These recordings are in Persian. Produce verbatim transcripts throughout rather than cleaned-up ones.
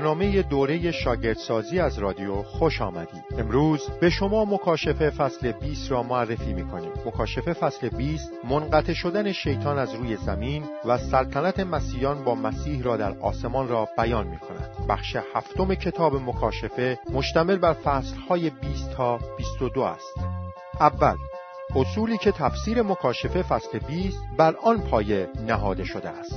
برنامه دوره شاگردسازی از رادیو خوش آمدید. امروز به شما مکاشفه فصل بیست را معرفی می‌کنیم. مکاشفه فصل بیست منقطع شدن شیطان از روی زمین و سلطنت مسیحیان با مسیح را در آسمان را بیان می‌کند. بخش هفتم کتاب مکاشفه مشتمل بر فصل‌های بیست تا بیست و دو است. اول، اصولی که تفسیر مکاشفه فصل بیست بر آن پایه نهاده شده است.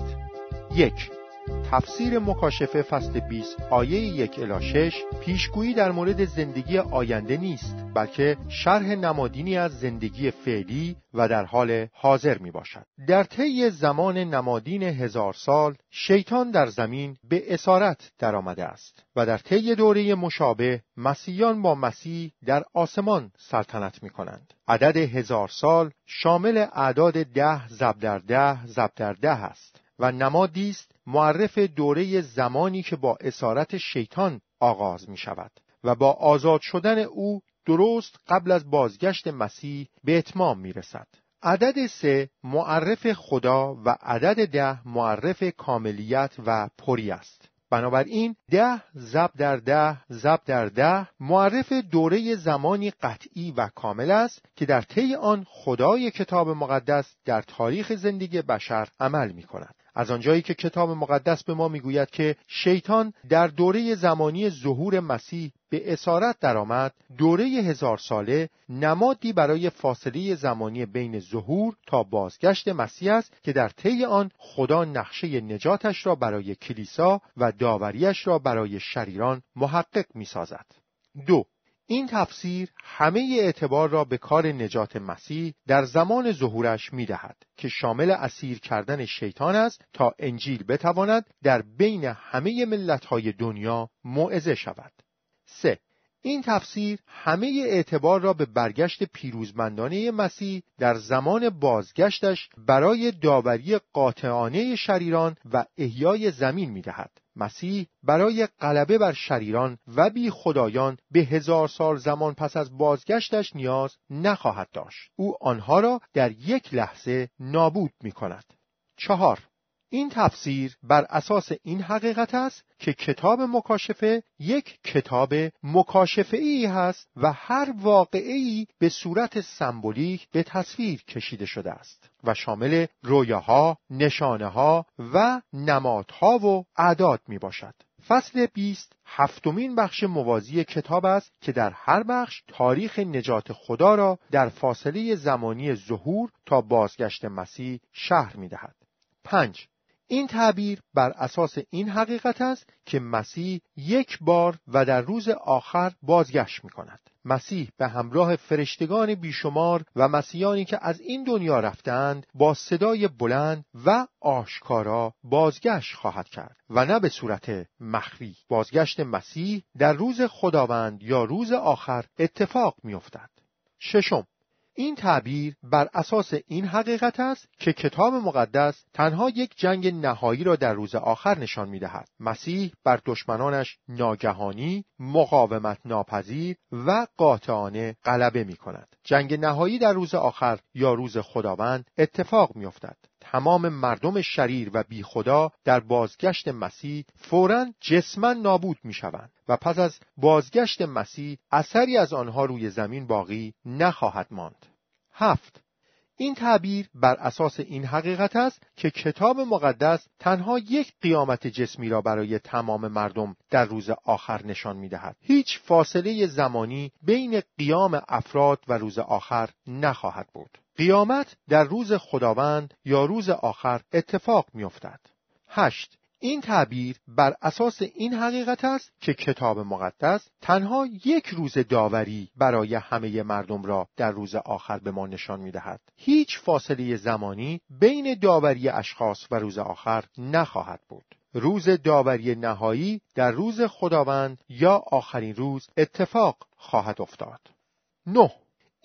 یک، تفسیر مکاشفه فصل بیست آیه یک الی شش پیشگویی در مورد زندگی آینده نیست، بلکه شرح نمادینی از زندگی فعلی و در حال حاضر می باشد. در طی زمان نمادین هزار سال شیطان در زمین به اسارت در آمده است و در طی دوره مشابه مسیحیان با مسیح در آسمان سلطنت می کنند. عدد هزار سال شامل اعداد ده ضرب در ده ضرب در ده است و نمادی است معرف دوره زمانی که با اسارت شیطان آغاز می شود و با آزاد شدن او درست قبل از بازگشت مسیح به اتمام می رسد. عدد سه معرف خدا و عدد ده معرف کاملیت و پری است. بنابراین ده ضرب در ده ضرب در ده معرف دوره زمانی قطعی و کامل است که در طی آن خدای کتاب مقدس در تاریخ زندگی بشر عمل می کند. از آنجایی که کتاب مقدس به ما میگوید که شیطان در دوره زمانی ظهور مسیح به اسارت درآمد، دوره هزار ساله نمادی برای فاصله زمانی بین ظهور تا بازگشت مسیح است که در طی آن خدا نقشه نجاتش را برای کلیسا و داوریش را برای شریران محقق می‌سازد. دو، این تفسیر همه اعتبار را به کار نجات مسیح در زمان ظهورش می‌دهد که شامل اسیر کردن شیطان است تا انجیل بتواند در بین همه ملت‌های دنیا موعظه شود. سه، این تفسیر همه اعتبار را به برگشت پیروزمندانه مسیح در زمان بازگشتش برای داوری قاطعانه شریران و احیای زمین می‌دهد. مسیح برای غلبه بر شریران و بی خدایان به هزار سال زمان پس از بازگشتش نیاز نخواهد داشت. او آنها را در یک لحظه نابود می کند. چهار، این تفسیر بر اساس این حقیقت است که کتاب مکاشفه یک کتاب مکاشفه‌ای هست و هر واقعه‌ای به صورت سمبولیک به تصویر کشیده شده است و شامل رویاها، نشانه‌ها و نمادها و اعداد می باشد. فصل بیست هفتمین بخش موازی کتاب است که در هر بخش تاریخ نجات خدا را در فاصله زمانی ظهور تا بازگشت مسیح شرح می دهد. پنج، این تعبیر بر اساس این حقیقت است که مسیح یک بار و در روز آخر بازگشت می کند. مسیح به همراه فرشتگان بیشمار و مسیحیانی که از این دنیا رفتند با صدای بلند و آشکارا بازگشت خواهد کرد و نه به صورت مخفی. بازگشت مسیح در روز خداوند یا روز آخر اتفاق می افتد. ششم، این تعبیر بر اساس این حقیقت است که کتاب مقدس تنها یک جنگ نهایی را در روز آخر نشان می‌دهد. مسیح بر دشمنانش ناگهانی، مقاومت ناپذیر و قاطعانه غلبه می‌کند. جنگ نهایی در روز آخر یا روز خداوند اتفاق می‌افتد. تمام مردم شریر و بی خدا در بازگشت مسیح فوراً جسماً نابود می‌شوند و پس از بازگشت مسیح اثری از آنها روی زمین باقی نخواهد ماند. هفت، این تعبیر بر اساس این حقیقت است که کتاب مقدس تنها یک قیامت جسمی را برای تمام مردم در روز آخر نشان می‌دهد. هیچ فاصله زمانی بین قیام افراد و روز آخر نخواهد بود. قیامت در روز خداوند یا روز آخر اتفاق می‌افتد. هشت، این تعبیر بر اساس این حقیقت است که کتاب مقدس تنها یک روز داوری برای همه مردم را در روز آخر به ما نشان می‌دهد. هیچ فاصله زمانی بین داوری اشخاص و روز آخر نخواهد بود. روز داوری نهایی در روز خداوند یا آخرین روز اتفاق خواهد افتاد. نه،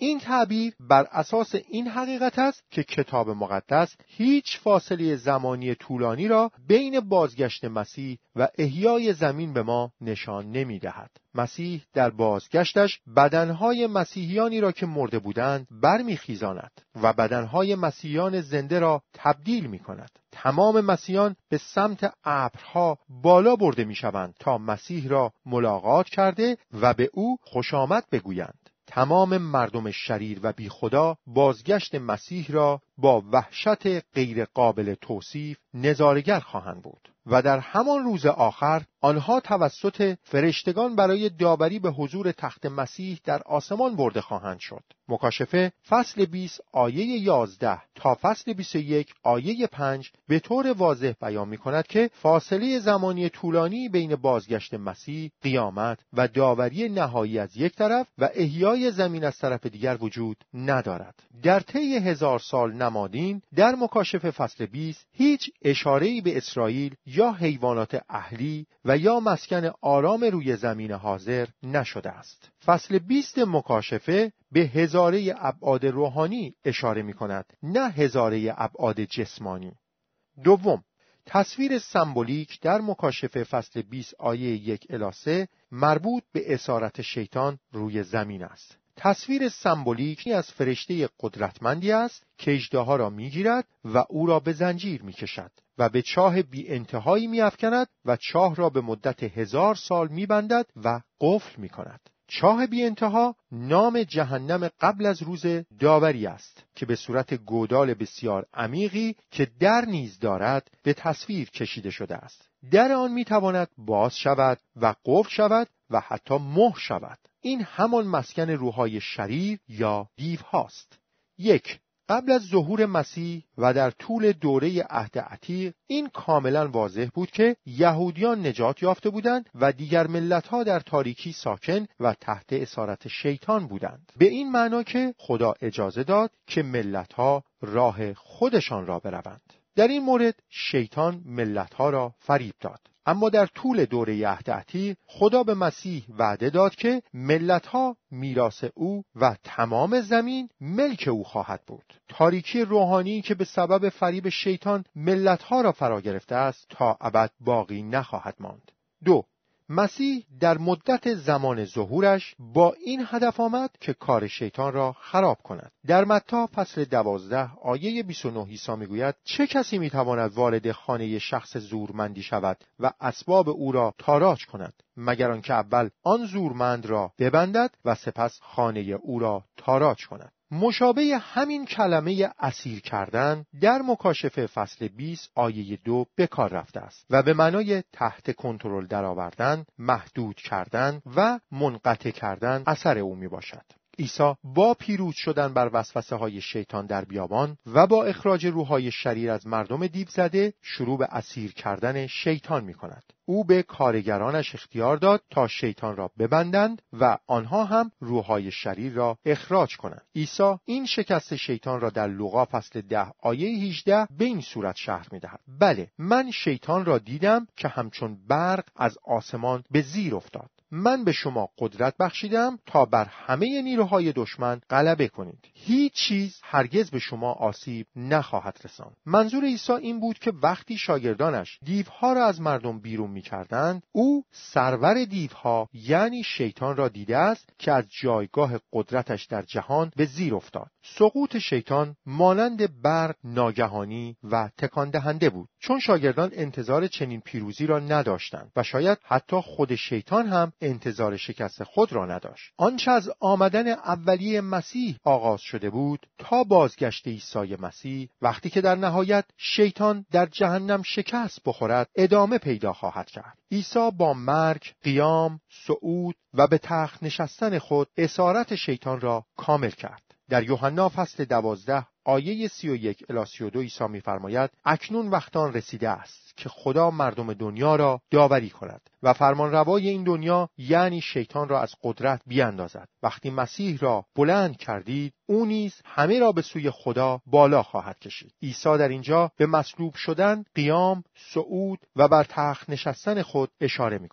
این تعبیر بر اساس این حقیقت است که کتاب مقدس هیچ فاصله زمانی طولانی را بین بازگشت مسیح و احیای زمین به ما نشان نمی‌دهد. مسیح در بازگشتش بدنهای مسیحیانی را که مرده بودند برمیخیزاند و بدنهای مسیحیان زنده را تبدیل می‌کند. تمام مسیحیان به سمت ابرها بالا برده می‌شوند تا مسیح را ملاقات کرده و به او خوش آمد بگویند. تمام مردم شریر و بی خدا بازگشت مسیح را با وحشت غیر قابل توصیف نظاره‌گر خواهند بود و در همان روز آخر آنها توسط فرشتگان برای داوری به حضور تخت مسیح در آسمان برده خواهند شد. مکاشفه فصل بیست آیه یازده تا فصل بیست و یک آیه پنج به طور واضح بیان می‌کند که فاصله زمانی طولانی بین بازگشت مسیح، قیامت و داوری نهایی از یک طرف و احیای زمین از طرف دیگر وجود ندارد. در طی هزار سال نمادین در مکاشفه فصل بیست هیچ اشاره‌ای به اسرائیل یا حیوانات اهلی و یا مسکن آرام روی زمین حاضر نشده است. فصل بیست مکاشفه به هزاره ابعاد روحانی اشاره می کند، نه هزاره ابعاد جسمانی. دوم، تصویر سمبولیک در مکاشفه فصل بیست آیه یک الی سه مربوط به اسارت شیطان روی زمین است. تصویر سمبولیکی از فرشته قدرتمندی است که اژدها را میگیرد و او را به زنجیر میکشد و به چاه بی انتهایی میافکند و چاه را به مدت هزار سال میبندد و قفل میکند. چاه بی انتها نام جهنم قبل از روز داوری است که به صورت گودال بسیار عمیقی که در نیز دارد به تصویر کشیده شده است. در آن میتواند باز شود و قفل شود و حتی مهر شود. این همان مسکن روحای شریر یا دیو هاست. یک، قبل از ظهور مسیح و در طول دوره عهد عتیق این کاملا واضح بود که یهودیان نجات یافته بودند و دیگر ملت‌ها در تاریکی ساکن و تحت اسارت شیطان بودند. به این معنا که خدا اجازه داد که ملت‌ها راه خودشان را بروند. در این مورد شیطان ملت‌ها را فریب داد. اما در طول دوره عهد عتیق خدا به مسیح وعده داد که ملت‌ها میراث او و تمام زمین ملک او خواهد بود. تاریکی روحانی که به سبب فریب شیطان ملت‌ها را فرا گرفته است تا ابد باقی نخواهد ماند. دو، مسیح در مدت زمان ظهورش با این هدف آمد که کار شیطان را خراب کند. در متی فصل دوازده آیه بیست و نه عیسی میگوید چه کسی میتواند وارد خانه شخص زورمندی شود و اسباب او را تاراج کند مگر آنکه اول آن زورمند را ببندد و سپس خانه او را تاراج کند. مشابه همین کلمه اسیر کردن در مکاشفه فصل بیست آیه دو به کار رفته است و به معنای تحت کنترل درآوردن، محدود کردن و منقطع کردن اثر او می باشد. عیسی با پیروز شدن بر وسوسه های شیطان در بیابان و با اخراج روحای شریر از مردم دیو زده شروع به اسیر کردن شیطان می کند. او به کارگرانش اختیار داد تا شیطان را ببندند و آنها هم روحای شریر را اخراج کنند. عیسی این شکست شیطان را در لوقا فصل ده آیه هجده به این صورت شرح می دهد: بله، من شیطان را دیدم که همچون برق از آسمان به زیر افتاد. من به شما قدرت بخشیدم تا بر همه نیروهای دشمن غلبه کنید. هیچ چیز هرگز به شما آسیب نخواهد رساند. منظور عیسی این بود که وقتی شاگردانش دیوها را از مردم بیرون می‌کردند، او سرور دیوها یعنی شیطان را دیده است که از جایگاه قدرتش در جهان به زیر افتاد. سقوط شیطان مانند برق ناگهانی و تکان دهنده بود، چون شاگردان انتظار چنین پیروزی را نداشتند و شاید حتی خود شیطان هم انتظار شکست خود را نداشت. آنچه از آمدن اولیه مسیح آغاز شده بود تا بازگشت عیسی مسیح، وقتی که در نهایت شیطان در جهنم شکست بخورد، ادامه پیدا خواهد کرد. عیسی با مرگ، قیام، صعود و به تخت نشستن خود اسارت شیطان را کامل کرد. در یوحنا فصل دوازده آیه سی و یک الی سی و دو عیسی می‌فرماید: اکنون وقت آن رسیده است که خدا مردم دنیا را داوری کند و فرمانروای این دنیا یعنی شیطان را از قدرت بیاندازد. وقتی مسیح را بلند کردید، او نیز همه را به سوی خدا بالا خواهد کشید. عیسی در اینجا به مصلوب شدن، قیام، صعود و بر تخت نشستن خود اشاره می‌کند.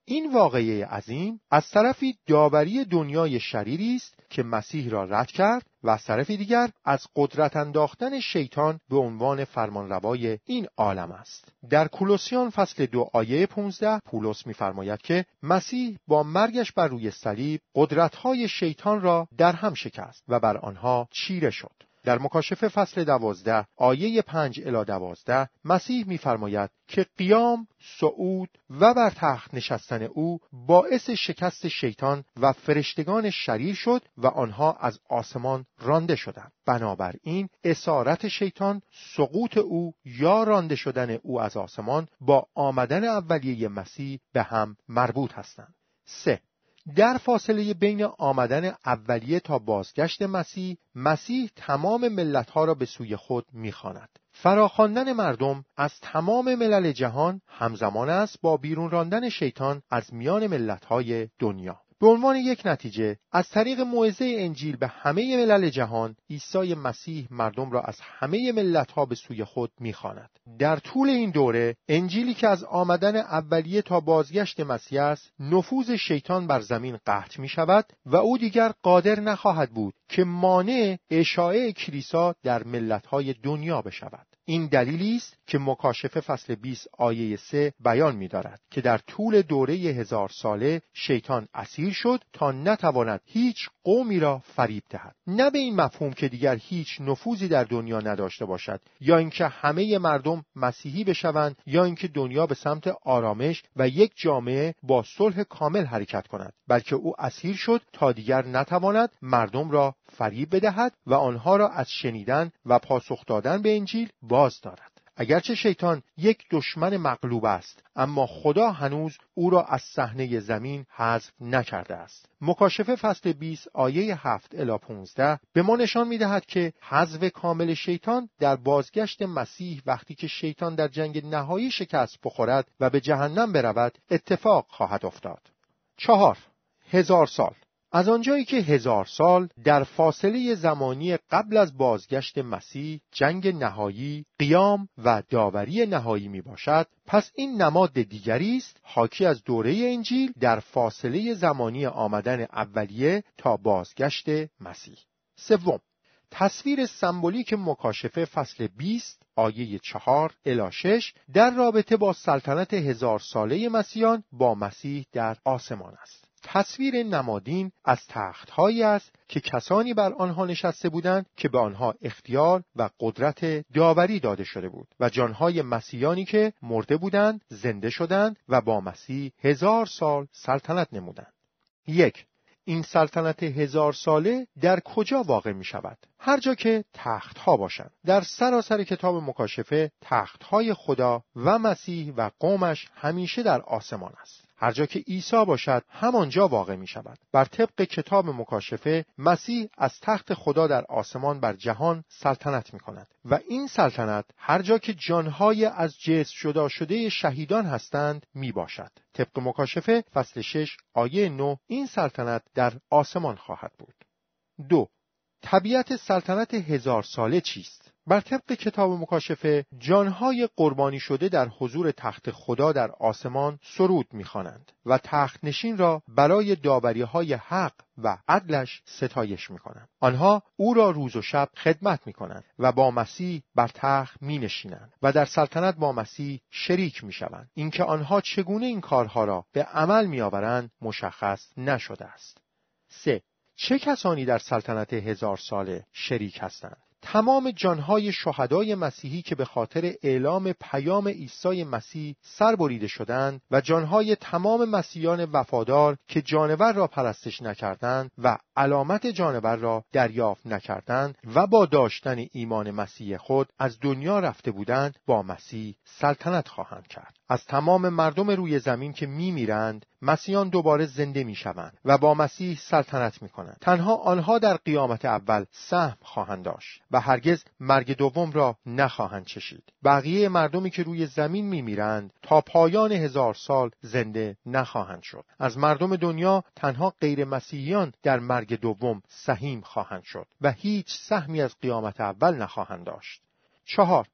این واقعه عظیم از طرفی داوری دنیای شریری است که مسیح را رد کرد و از طرف دیگر از قدرت انداختن شیطان به عنوان فرمانروای این عالم است. در کولوسیان فصل دو آیه پانزده پولس می‌فرماید که مسیح با مرگش بر روی صلیب قدرت‌های شیطان را در هم شکست و بر آنها چیره شد. در مکاشفه فصل دوازده آیه پنج الی دوازده مسیح می‌فرماید که قیام، صعود و بر تخت نشستن او باعث شکست شیطان و فرشتگان شریر شد و آنها از آسمان رانده شدند. بنابراین اسارت شیطان، سقوط او یا رانده شدن او از آسمان با آمدن اولیه مسیح به هم مربوط هستند. سه در فاصله بین آمدن اولیه تا بازگشت مسیح، مسیح تمام ملت‌ها را به سوی خود می‌خواند. فراخواندن مردم از تمام ملل جهان همزمان است با بیرون راندن شیطان از میان ملت‌های دنیا. به عنوان یک نتیجه، از طریق موعظه انجیل به همه ملل جهان، عیسی مسیح مردم را از همه ملت‌ها به سوی خود می‌خواند. در طول این دوره، انجیلی که از آمدن اولیه تا بازگشت مسیح است، نفوذ شیطان بر زمین قطع می‌شود و او دیگر قادر نخواهد بود که مانع اشاعه کلیسا در ملت‌های دنیا بشود. این دلیلی است که مکاشفه فصل بیست آیه سه بیان می‌دارد که در طول دوره هزار ساله شیطان اسیر شد تا نتواند هیچ قومی را فریب دهد. نه به این مفهوم که دیگر هیچ نفوذی در دنیا نداشته باشد، یا اینکه همه مردم مسیحی بشوند، یا اینکه دنیا به سمت آرامش و یک جامعه با صلح کامل حرکت کند، بلکه او اسیر شد تا دیگر نتواند مردم را فریب بدهد و آنها را از شنیدن و پاسخ دادن به انجیل باز دارد. اگرچه شیطان یک دشمن مغلوب است، اما خدا هنوز او را از صحنه زمین حذف نکرده است. مکاشفه فصل بیست آیه هفت الی پانزده به ما نشان می‌دهد که حذف کامل شیطان در بازگشت مسیح وقتی که شیطان در جنگ نهایی شکست بخورد و به جهنم برود اتفاق خواهد افتاد. چهار هزار سال. از آنجایی که هزار سال در فاصله زمانی قبل از بازگشت مسیح، جنگ نهایی، قیام و داوری نهایی می باشد، پس این نماد دیگری است حاکی از دوره انجیل در فاصله زمانی آمدن اولیه تا بازگشت مسیح. سوم، تصویر سمبولیک مکاشفه فصل بیست آیه چهار الی شش در رابطه با سلطنت هزار ساله مسیحیان با مسیح در آسمان است. تصویر نمادین از تخت‌هایی است که کسانی بر آنها نشسته بودند که به آنها اختیار و قدرت داوری داده شده بود و جانهای مسیحیانی که مرده بودند زنده شدند و با مسیح هزار سال سلطنت نمودند. یک، این سلطنت هزار ساله در کجا واقع می شود؟ هر جا که تخت‌ها باشند. در سراسر کتاب مکاشفه تخت‌های خدا و مسیح و قومش همیشه در آسمان است. هر جا که عیسی باشد همانجا واقع می شود. بر طبق کتاب مکاشفه مسیح از تخت خدا در آسمان بر جهان سلطنت می کند و این سلطنت هر جا که جانهای از جسم جدا شده شهیدان هستند می باشد. طبق مکاشفه فصل شش آیه نه این سلطنت در آسمان خواهد بود. دو، طبیعت سلطنت هزار ساله چیست؟ بر طبق کتاب مکاشفه جانهای قربانی شده در حضور تخت خدا در آسمان سرود می‌خوانند و تخت نشین را برای داوری‌های حق و عدلش ستایش می‌کنند. آنها او را روز و شب خدمت می‌کنند و با مسیح بر تخت می‌نشینند و در سلطنت با مسیح شریک می‌شوند. اینکه آنها چگونه این کارها را به عمل می‌آورند مشخص نشده است. سه، چه کسانی در سلطنت هزار ساله شریک هستند؟ تمام جانهای شهدای مسیحی که به خاطر اعلام پیام عیسی مسیح سربریده شدند و جانهای تمام مسیحیان وفادار که جانور را پرستش نکردند و علامت جانور را دریافت نکردند و با داشتن ایمان مسیح خود از دنیا رفته بودند با مسیح سلطنت خواهند کرد. از تمام مردم روی زمین که میمیرند مسیحیان دوباره زنده میشوند و با مسیح سلطنت میکنند. تنها آنها در قیامت اول سهم خواهند داشت و هرگز مرگ دوم را نخواهند چشید. بقیه مردمی که روی زمین میمیرند تا پایان هزار سال زنده نخواهند شد. از مردم دنیا تنها غیر مسیحیان در مرگ دوم سهیم خواهند شد و هیچ سهمی از قیامت اول نخواهند داشت. چهار،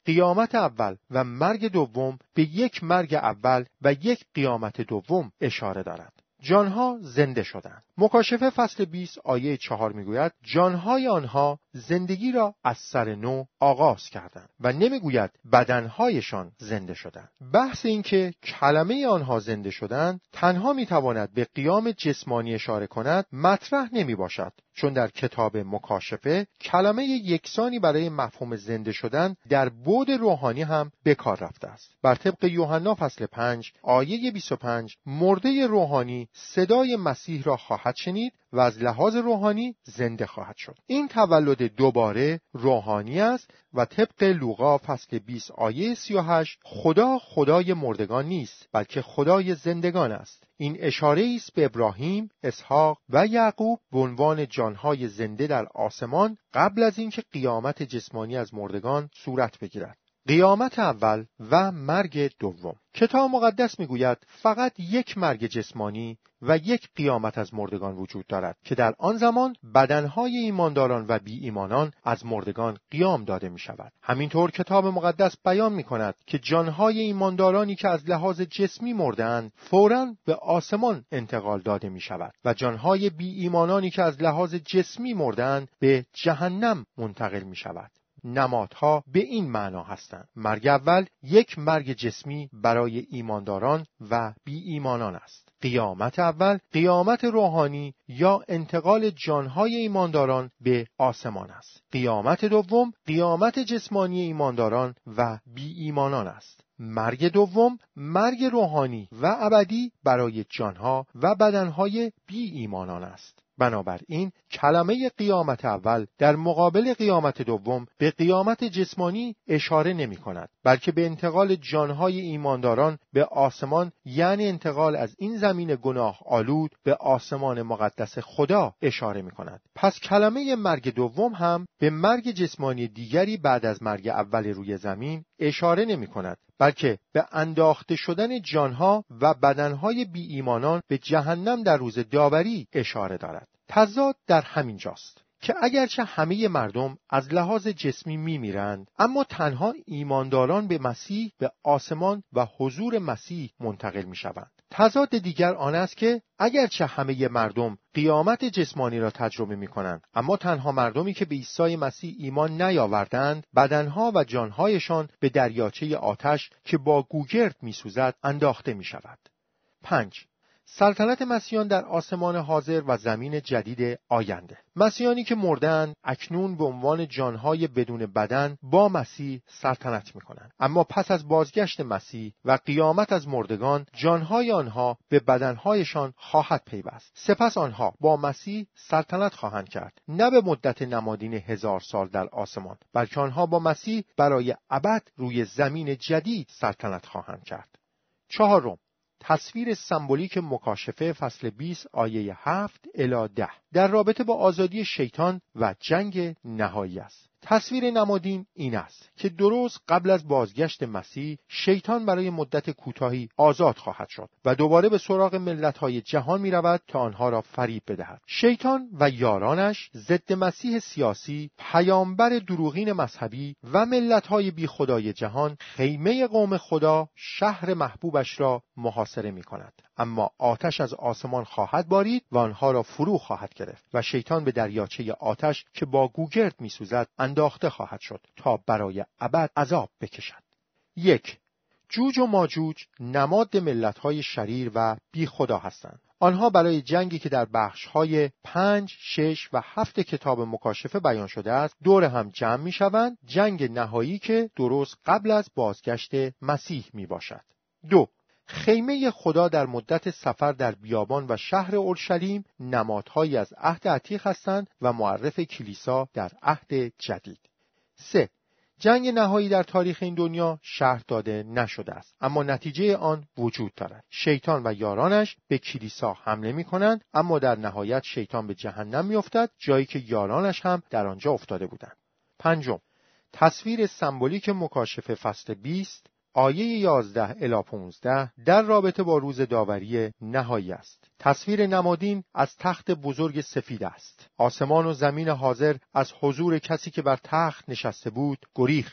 قیامت اول و مرگ دوم به یک مرگ اول و یک قیامت دوم اشاره دارد. جانها زنده شدند. مکاشفه فصل بیست آیه چهار میگوید جانهای آنها زندگی را از سر نو آغاز کردند و نمیگوید بدنهایشان زنده شدند. بحث این که کلمه آنها زنده شدند تنها میتواند به قیام جسمانی اشاره کند مطرح نمی باشد، چون در کتاب مکاشفه کلمه یکسانی برای مفهوم زنده شدن در بعد روحانی هم به کار رفته است. بر طبق یوحنا فصل پنج آیه بیست و پنج مرده روحانی صدای مسیح را خواهد شنید و از لحاظ روحانی زنده خواهد شد. این تولد دوباره روحانی است و طبق لوقا فصل بیست آیه سی و هشت خدا خدای مردگان نیست بلکه خدای زندگان است. این اشاره است به ابراهیم، اسحاق و یعقوب به عنوان جانهای زنده در آسمان قبل از اینکه قیامت جسمانی از مردگان صورت بگیرد. قیامت اول و مرگ دوم. کتاب مقدس میگوید فقط یک مرگ جسمانی و یک قیامت از مردگان وجود دارد که در آن زمان بدنهای ایمانداران و بی ایمانان از مردگان قیام داده می شود. همینطور کتاب مقدس بیان می کند که جانهای ایماندارانی که از لحاظ جسمی مردند فوراً به آسمان انتقال داده می شود و جانهای بی ایمانانی که از لحاظ جسمی مردند به جهنم منتقل می شود. نمادها به این معنا هستند. مرگ اول یک مرگ جسمی برای ایمانداران و بی ایمانان است. قیامت اول قیامت روحانی یا انتقال جانهای ایمانداران به آسمان است. قیامت دوم قیامت جسمانی ایمانداران و بی ایمانان است. مرگ دوم مرگ روحانی و ابدی برای جانها و بدنهای بی ایمانان است. بنابراین کلمه قیامت اول در مقابل قیامت دوم به قیامت جسمانی اشاره نمی کند، بلکه به انتقال جانهای ایمانداران به آسمان، یعنی انتقال از این زمین گناه آلود به آسمان مقدس خدا اشاره می کند. پس کلمه مرگ دوم هم به مرگ جسمانی دیگری بعد از مرگ اول روی زمین اشاره نمی کند، بلکه به انداخته شدن جانها و بدنهای بی ایمانان به جهنم در روز داوری اشاره دارد. تضاد در همین جاست که اگرچه همه مردم از لحاظ جسمی میمیرند، اما تنها ایمانداران به مسیح به آسمان و حضور مسیح منتقل میشوند. تضاد دیگر آن است که اگرچه همه مردم قیامت جسمانی را تجربه میکنند، اما تنها مردمی که به عیسی مسیح ایمان نیاوردند بدنها و جانهایشان به دریاچه آتش که با گوگرد میسوزد انداخته میشود. پنج. سلطنت مسیحیان در آسمان حاضر و زمین جدید آینده. مسیحیانی که مردند اکنون به عنوان جانهای بدون بدن با مسیح سلطنت میکنند، اما پس از بازگشت مسیح و قیامت از مردگان جانهای آنها به بدنهایشان خواهد پیوست. سپس آنها با مسیح سلطنت خواهند کرد، نه به مدت نمادین هزار سال در آسمان، بلکه آنها با مسیح برای ابد روی زمین جدید سلطنت خواهند کرد. چهارم، تصویر سمبولیک مکاشفه فصل بیست آیه هفت الی ده در رابطه با آزادی شیطان و جنگ نهایی است. تصویر نمادین این است که درست قبل از بازگشت مسیح شیطان برای مدت کوتاهی آزاد خواهد شد و دوباره به سراغ ملت‌های جهان می‌رود تا آنها را فریب بدهد. شیطان و یارانش ضد مسیح سیاسی، پیامبر دروغین مذهبی و ملت‌های بیخدای جهان خیمه قوم خدا، شهر محبوبش را محاصره می‌کند. اما آتش از آسمان خواهد بارید و آنها را فرو خواهد گرفت و شیطان به دریاچه آتش که با گوگرد می‌سوزد انداخته خواهد شد تا برای ابد عذاب بکشد. یک، جوج و ماجوج نماد ملت‌های شریر و بی خدا هستند. آنها برای جنگی که در بخش‌های پنج، شش و هفت کتاب مکاشفه بیان شده است دور هم جمع می‌شوند، جنگ نهایی که درست قبل از بازگشت مسیح میباشد. دو، خیمه خدا در مدت سفر در بیابان و شهر اورشلیم نمادهایی از عهد عتیق هستند و معرف کلیسا در عهد جدید. سه، جنگ نهایی در تاریخ این دنیا شرح داده نشده است، اما نتیجه آن وجود دارد. شیطان و یارانش به کلیسا حمله می کنند، اما در نهایت شیطان به جهنم می افتد، جایی که یارانش هم در آنجا افتاده بودند. پنجم، تصویر سمبولیک مکاشفه فصل بیست آیه یازده الی پانزده در رابطه با روز داوری نهایی است. تصویر نمادین از تخت بزرگ سفید است. آسمان و زمین حاضر از حضور کسی که بر تخت نشسته بود گریختند.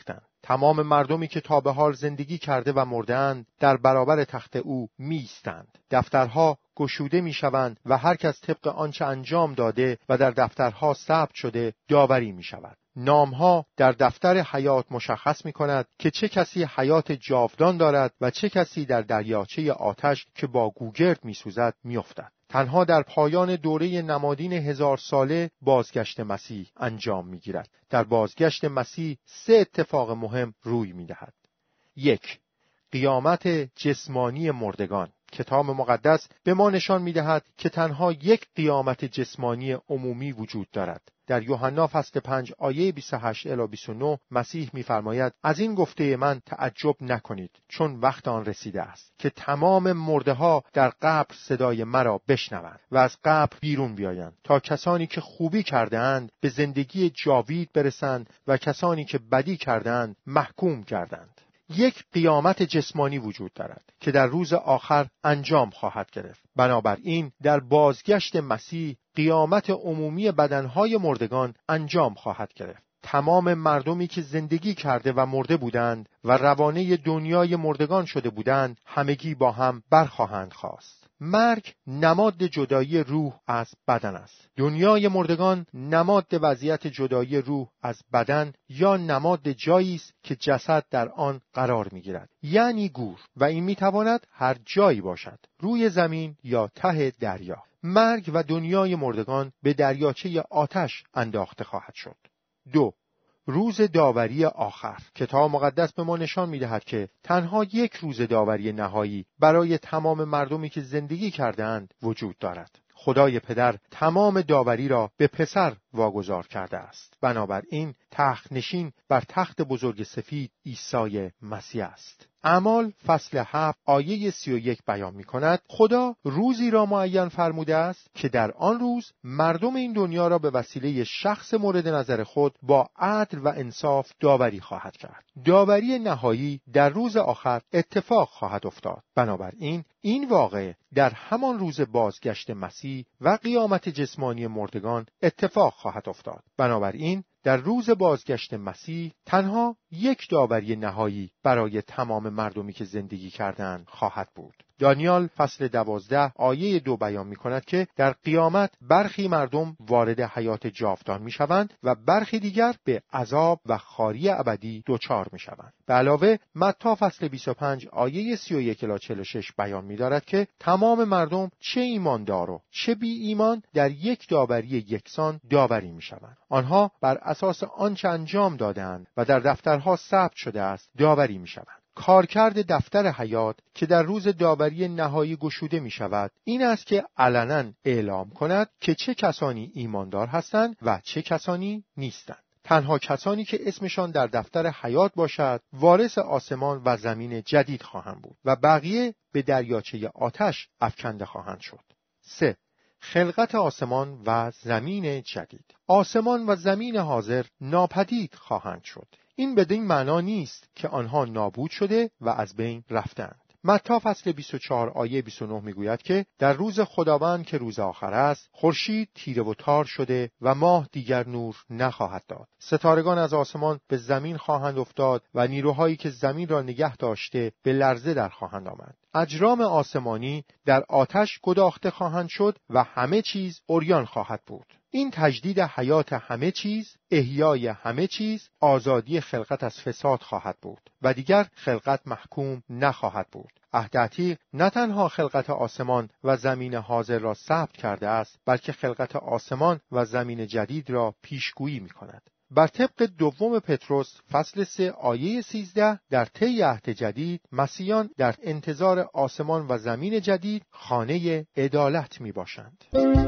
تمام مردمی که تا به حال زندگی کرده و مرده‌اند در برابر تخت او می‌ایستند. دفترها گشوده می‌شوند و هر کس طبق آنچه انجام داده و در دفترها ثبت شده داوری می‌شود. نامها در دفتر حیات مشخص می‌کند که چه کسی حیات جاودان دارد و چه کسی در دریاچه آتش که با گوگرد می‌سوزد می‌افتد. تنها در پایان دوره نمادین هزار ساله بازگشت مسیح انجام می‌گیرد. در بازگشت مسیح سه اتفاق مهم روی می‌دهد. یک، قیامت جسمانی مردگان. کتاب مقدس به ما نشان می‌دهد که تنها یک قیامت جسمانی عمومی وجود دارد. در یوحنا فصل پنج آیه بیست و هشت الی بیست و نه مسیح می‌فرماید: از این گفته من تعجب نکنید، چون وقت آن رسیده است که تمام مرده‌ها در قبر صدای مرا بشنوند و از قبر بیرون بیایند، تا کسانی که خوبی کرده‌اند به زندگی جاوید برسند و کسانی که بدی کرده‌اند محکوم گردند. یک قیامت جسمانی وجود دارد که در روز آخر انجام خواهد گرفت. بنابراین در بازگشت مسیح قیامت عمومی بدنهای مردگان انجام خواهد گرفت. تمام مردمی که زندگی کرده و مرده بودند و روانه دنیای مردگان شده بودند همگی با هم برخواهند خاست. مرگ نماد جدایی روح از بدن است. دنیای مردگان نماد وضعیت جدایی روح از بدن یا نماد جایی است که جسد در آن قرار می‌گیرد، یعنی گور، و این می‌تواند هر جایی باشد، روی زمین یا ته دریا. مرگ و دنیای مردگان به دریاچه آتش انداخته خواهد شد. دو، روز داوری آخر. کتاب مقدس به ما نشان می‌دهد که تنها یک روز داوری نهایی برای تمام مردمی که زندگی کرده‌اند وجود دارد. خدای پدر تمام داوری را به پسر واگذار کرده است. بنابراین تخت نشین بر تخت بزرگ سفید عیسی مسیح است. اعمال فصل هفت آیه سی و یک بیان می کند: خدا روزی را معین فرموده است که در آن روز مردم این دنیا را به وسیله شخص مورد نظر خود با عدل و انصاف داوری خواهد کرد. داوری نهایی در روز آخر اتفاق خواهد افتاد. بنابراین این واقعه در همان روز بازگشت مسیح و قیامت جسمانی مردگان اتفاق خواهد افتاد. بنابراین در روز بازگشت مسیح تنها یک داوری نهایی برای تمام مردمی که زندگی کردند خواهد بود. دانیال فصل دوازده آیه دو بیان می کند که در قیامت برخی مردم وارد حیات جاودان می شوند و برخی دیگر به عذاب و خاری ابدی دچار می شوند. به علاوه متی فصل بیست و پنج آیه سی و یک الی چهل و شش بیان می دارد که تمام مردم چه ایماندار و چه بی ایمان در یک داوری یکسان داوری می شوند. آنها بر اساس آنچه انجام دادند و در دفترها ثبت شده است داوری می شوند. کارکرد دفتر حیات که در روز داوری نهایی گشوده می شود این است که علنا اعلام کند که چه کسانی ایماندار هستند و چه کسانی نیستند. تنها کسانی که اسمشان در دفتر حیات باشد وارث آسمان و زمین جدید خواهند بود و بقیه به دریاچه آتش افکنده خواهند شد. سه. خلقت آسمان و زمین جدید. آسمان و زمین حاضر ناپدید خواهند شد. این بدین معنا نیست که آنها نابود شده و از بین رفتند. متی فصل بیست و چهار آیه بیست و نه میگوید که در روز خداوند که روز آخر است خورشید تیره و تار شده و ماه دیگر نور نخواهد داد. ستارگان از آسمان به زمین خواهند افتاد و نیروهایی که زمین را نگه داشته به لرزه در خواهند آمد. اجرام آسمانی در آتش گداخته خواهند شد و همه چیز عریان خواهد بود. این تجدید حیات همه چیز، احیای همه چیز، آزادی خلقت از فساد خواهد بود و دیگر خلقت محکوم نخواهد بود. عهد عتیق نه تنها خلقت آسمان و زمین حاضر را ثبت کرده است، بلکه خلقت آسمان و زمین جدید را پیشگویی می‌کند. بر طبق دوم پتروس فصل سه آیه سیزده در طی عهد جدید مسیحیان در انتظار آسمان و زمین جدید خانه عدالت میباشند.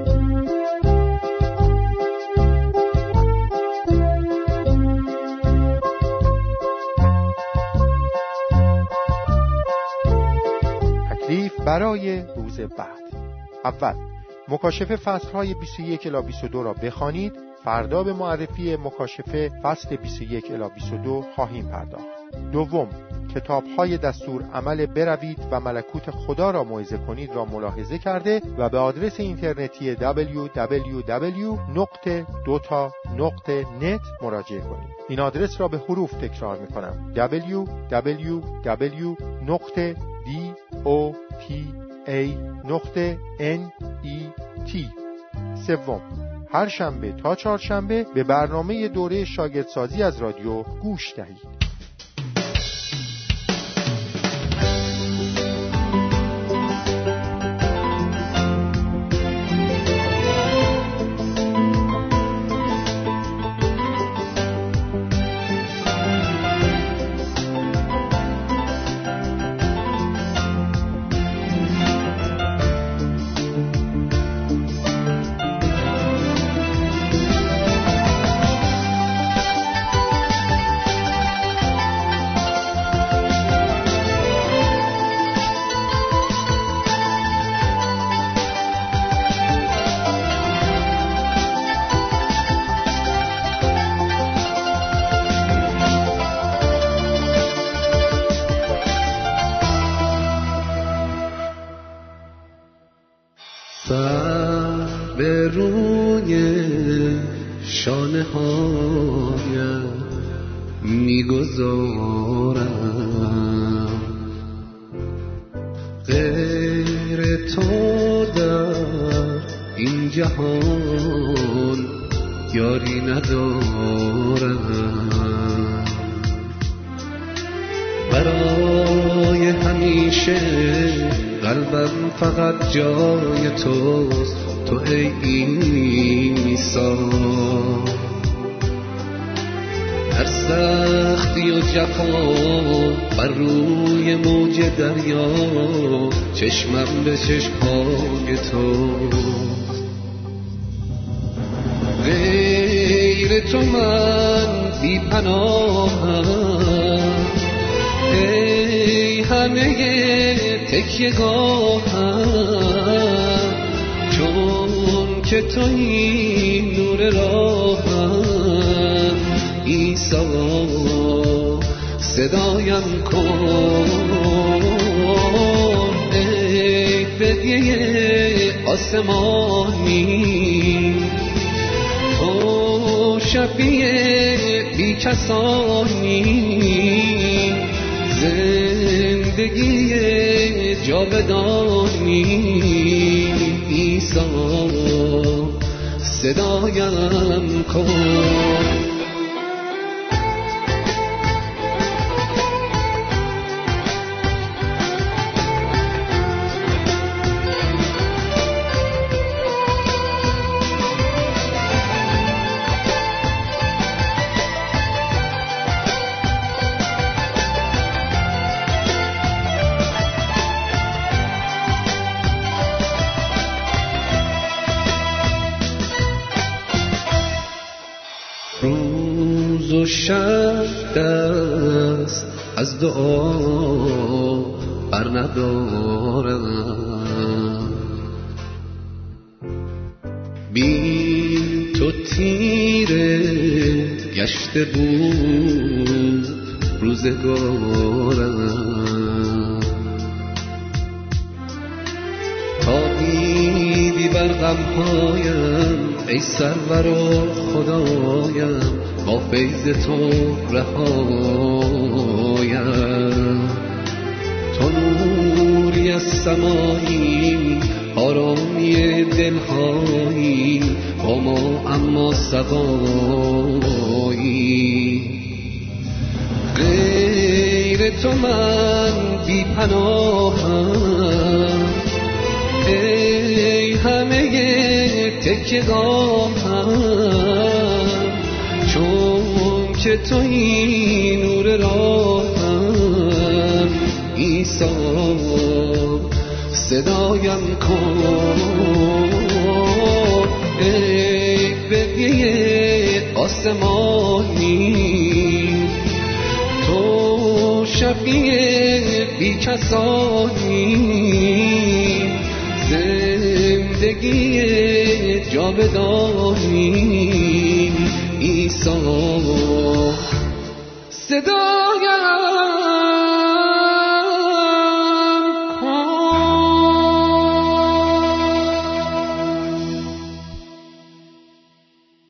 تکلیف برای روز بعد. اول، مکاشفه فصل‌های بیست و یک الی بیست و دو را بخوانید. فردا به معرفی مکاشفه فصل بیست و یک الی بیست و دو خواهیم پرداخت. دوم، کتاب‌های دستور عمل بروید و ملکوت خدا را موعظه کنید را ملاحظه کرده و به آدرس اینترنتی دبلیو دبلیو دبلیو دات دوتا دات نت مراجعه کنید. این آدرس را به حروف تکرار می‌کنم: دبلیو دبلیو دبلیو دات دوتا نت. سوم، هر شنبه تا چهارشنبه به برنامه دوره شاگردسازی از رادیو گوش دهید. به روی شانه هایم میگذارم، غیر تو در این جهان یاری ندارم. برای همیشه قلبم فقط جای توست، تو ای عیسی. هر سختی و جفا بر روی موج دریا، چشمم به چشمای توست. غیر تو من بی پناهم، ای همه تکیه‌گاهم، چون که تویی نور راهم. عیسی صدایم کن، ای فدیه آسمانی، تو شفیع بی کسانی، زندگی جاودانی. عیسی صدایم کن. روز و شب دست از دعا بر ندارم، بی تو تیره گشته بود روزگارم. تابیدی بر غمهایم ای سرور و خدایم، با فیض تو رهایم. تو نوری از سمایی، آرامی دلهایی، با ما اما سقایی. غیر تو من بی پناهم، ای همه تکیه‌گاهم، چون که تویی نور راهم. عیسی صدایم کن، ای فدیه آسمانی، تو شفیع بی کسانی، زندگی جاودانی. عیسی صدایم